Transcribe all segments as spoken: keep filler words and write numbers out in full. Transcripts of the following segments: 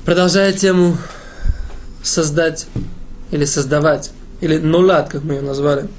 Продолжая тему создать или создавать, или нулад, как мы ее назвали,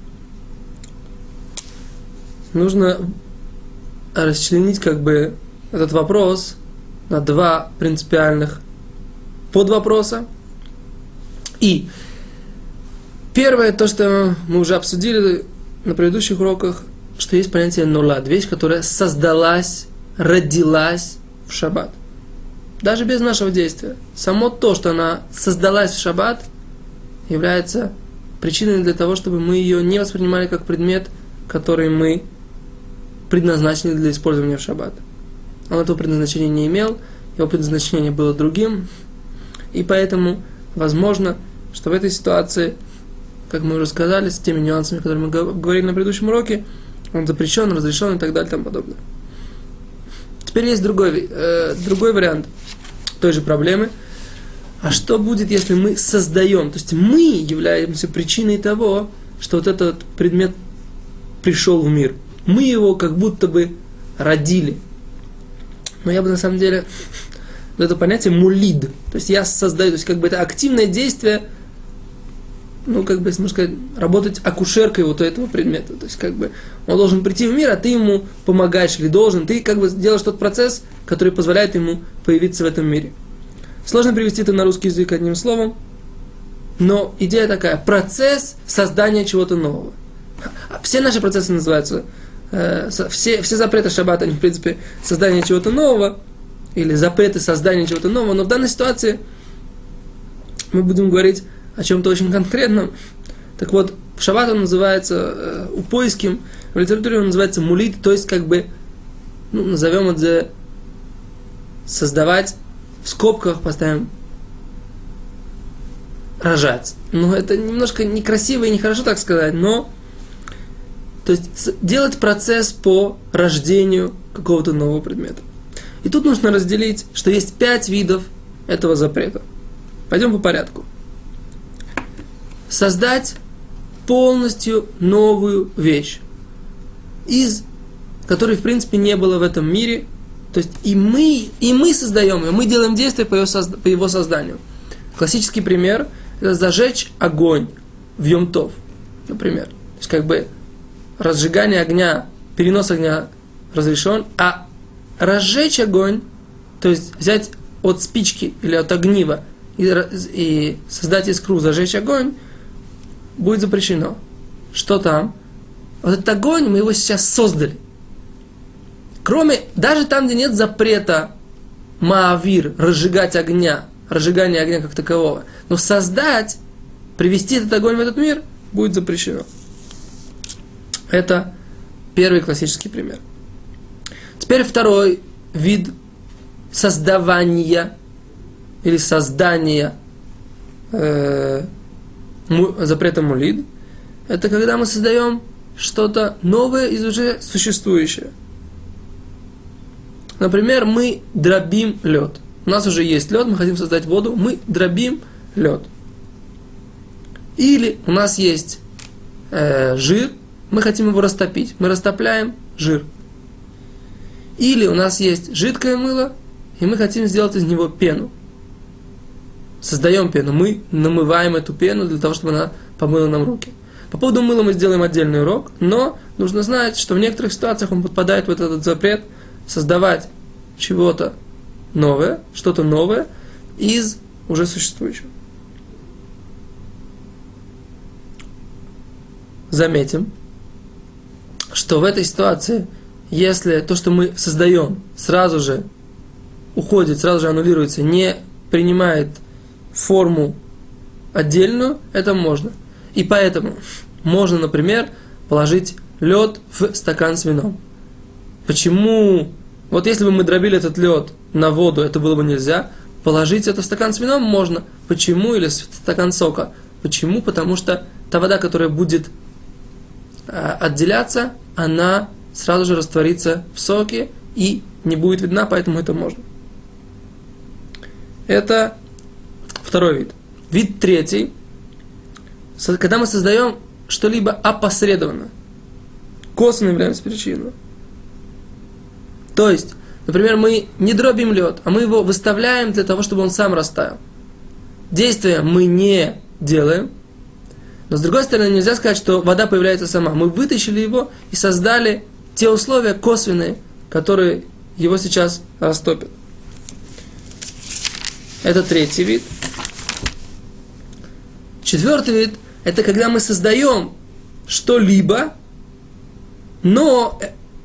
нужно расчленить как бы этот вопрос на два принципиальных подвопроса. И первое, то, что мы уже обсудили на предыдущих уроках, что есть понятие нулад, вещь, которая создалась, родилась в шаббат. Даже без нашего действия. Само то, что она создалась в шаббат, является причиной для того, чтобы мы ее не воспринимали как предмет, который мы предназначены для использования в шаббат. Он этого предназначения не имел, его предназначение было другим, и поэтому возможно, что в этой ситуации, как мы уже сказали, с теми нюансами, которые мы говорили на предыдущем уроке, он запрещен, разрешен и так далее и тому подобное. Теперь есть другой, э, другой вариант той же проблемы. А что будет, если мы создаем? То есть мы являемся причиной того, что вот этот предмет пришел в мир. Мы его как будто бы родили. Но я бы на самом деле это понятие мулид. То есть я создаю, то есть как бы это активное действие, ну как бы, если можно сказать, работать акушеркой вот этого предмета. То есть как бы он должен прийти в мир, а ты ему помогаешь или должен. Ты как бы делаешь тот процесс, который позволяет ему появиться в этом мире. Сложно привести это на русский язык одним словом, но идея такая: процесс создания чего-то нового. Все наши процессы называются, э, все, все запреты шаббата, они в принципе создание чего-то нового, или запреты создания чего-то нового, но в данной ситуации мы будем говорить о чем-то очень конкретном. Так вот, в шаббат он называется э, упойским, в литературе он называется мулид, то есть как бы, ну, назовем это создавать, в скобках поставим рожать. Ну, это немножко некрасиво и нехорошо так сказать, но то есть делать процесс по рождению какого-то нового предмета. И тут нужно разделить, что есть пять видов этого запрета. Пойдем по порядку. Создать полностью новую вещь, из которой в принципе не было в этом мире. То есть и мы, и мы создаем ее, мы делаем действия по его, созда- по его созданию. Классический пример – это зажечь огонь в Йом-Тов, например. То есть как бы разжигание огня, перенос огня разрешен, а разжечь огонь, то есть взять от спички или от огнива и, и создать искру, зажечь огонь, будет запрещено. Что там? Вот этот огонь, мы его сейчас создали. Кроме, даже там, где нет запрета маавир, разжигать огня, разжигание огня как такового, но создать, привести этот огонь в этот мир, будет запрещено. Это первый классический пример. Теперь второй вид создавания или создания э, му, запрета мулид. Это когда мы создаем что-то новое из уже существующего. Например, мы дробим лед. У нас уже есть лед, мы хотим создать воду, мы дробим лед. Или у нас есть э, жир, мы хотим его растопить, мы растопляем жир. Или у нас есть жидкое мыло, и мы хотим сделать из него пену. Создаем пену, мы намываем эту пену для того, чтобы она помыла нам руки. По поводу мыла мы сделаем отдельный урок, но нужно знать, что в некоторых ситуациях он подпадает в этот запрет создавать чего-то новое, что-то новое из уже существующего. Заметим, что в этой ситуации, если то, что мы создаем, сразу же уходит, сразу же аннулируется, не принимает форму отдельную, это можно. И поэтому можно, например, положить лед в стакан с вином. Почему? Вот если бы мы дробили этот лед на воду, это было бы нельзя. Положить это в стакан с вином можно. Почему? Или в стакан сока. Почему? Потому что та вода, которая будет э, отделяться, она сразу же растворится в соке и не будет видна, поэтому это можно. Это второй вид. Вид третий. Когда мы создаем что-либо опосредованно, косвенно являемся причиной. То есть, Например, мы не дробим лед, а мы его выставляем для того, чтобы он сам растаял. Действия мы не делаем, но с другой стороны нельзя сказать, что вода появляется сама. Мы вытащили его и создали те условия косвенные, которые его сейчас растопят. Это третий вид. Четвертый вид – это когда мы создаем что-либо, но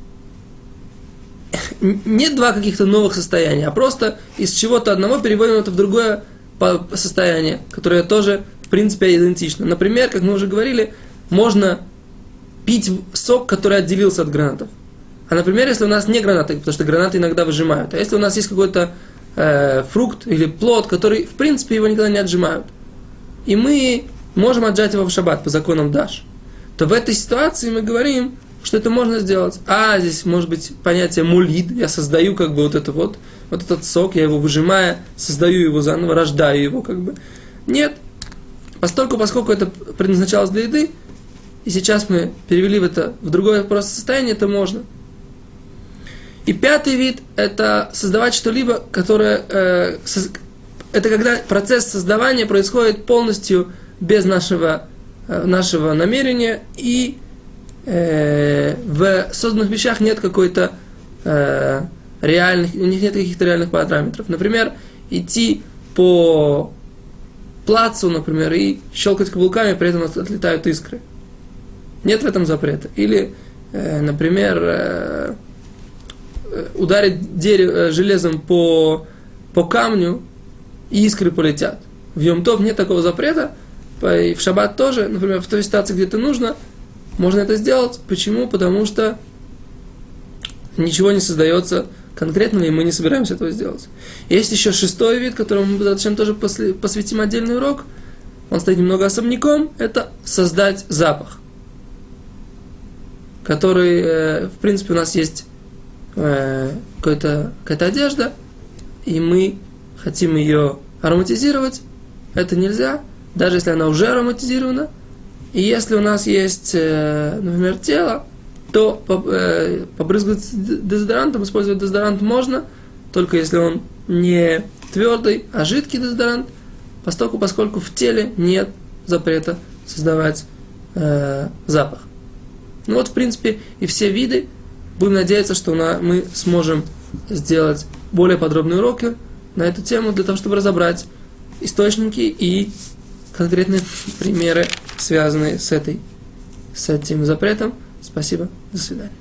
нет два каких-то новых состояния, а просто из чего-то одного переводим это в другое состояние, которое тоже, в принципе, идентично. Например, как мы уже говорили, можно пить сок, который отделился от гранатов. А, например, если у нас не гранаты, потому что гранаты иногда выжимают, а если у нас есть какой-то э, фрукт или плод, который, в принципе, его никогда не отжимают, и мы можем отжать его в шаббат по законам Даш, то в этой ситуации мы говорим, что это можно сделать. А здесь может быть понятие мулид, я создаю как бы вот это вот, вот этот сок, я его выжимаю, создаю его заново, рождаю его как бы. Нет, поскольку, поскольку это предназначалось для еды, и сейчас мы перевели в это в другое просто состояние, это можно. И пятый вид – это создавать что-либо, которое… Э, соз, это когда процесс создавания происходит полностью без нашего, э, нашего намерения, и э, в созданных вещах нет какой-то э, реальных, у них нет каких-то реальных параметров. Например, идти по плацу, например, и щелкать каблуками, при этом отлетают искры. Нет в этом запрета. Или, э, например, э, ударить дерево, железом по, по камню, и искры полетят. В Йом-Тов нет такого запрета, и в Шаббат тоже, например, в той ситуации, где это нужно, можно это сделать. Почему? Потому что ничего не создается конкретного, и мы не собираемся этого сделать. Есть еще шестой вид, которому мы зачем тоже посвятим отдельный урок. Он стоит немного особняком. Это создать запах, который, в принципе, у нас есть какая-то, какая-то одежда, и мы хотим ее ароматизировать. Это нельзя, даже если она уже ароматизирована. И если у нас есть, например, тело, то побрызгать дезодорантом, использовать дезодорант можно, только если он не твердый, а жидкий дезодорант, поскольку, поскольку в теле нет запрета создавать э, запах. Ну вот, в принципе, и все виды. Будем надеяться, что мы сможем сделать более подробные уроки на эту тему, для того, чтобы разобрать источники и конкретные примеры, связанные с, этой, с этим запретом. Спасибо. До свидания.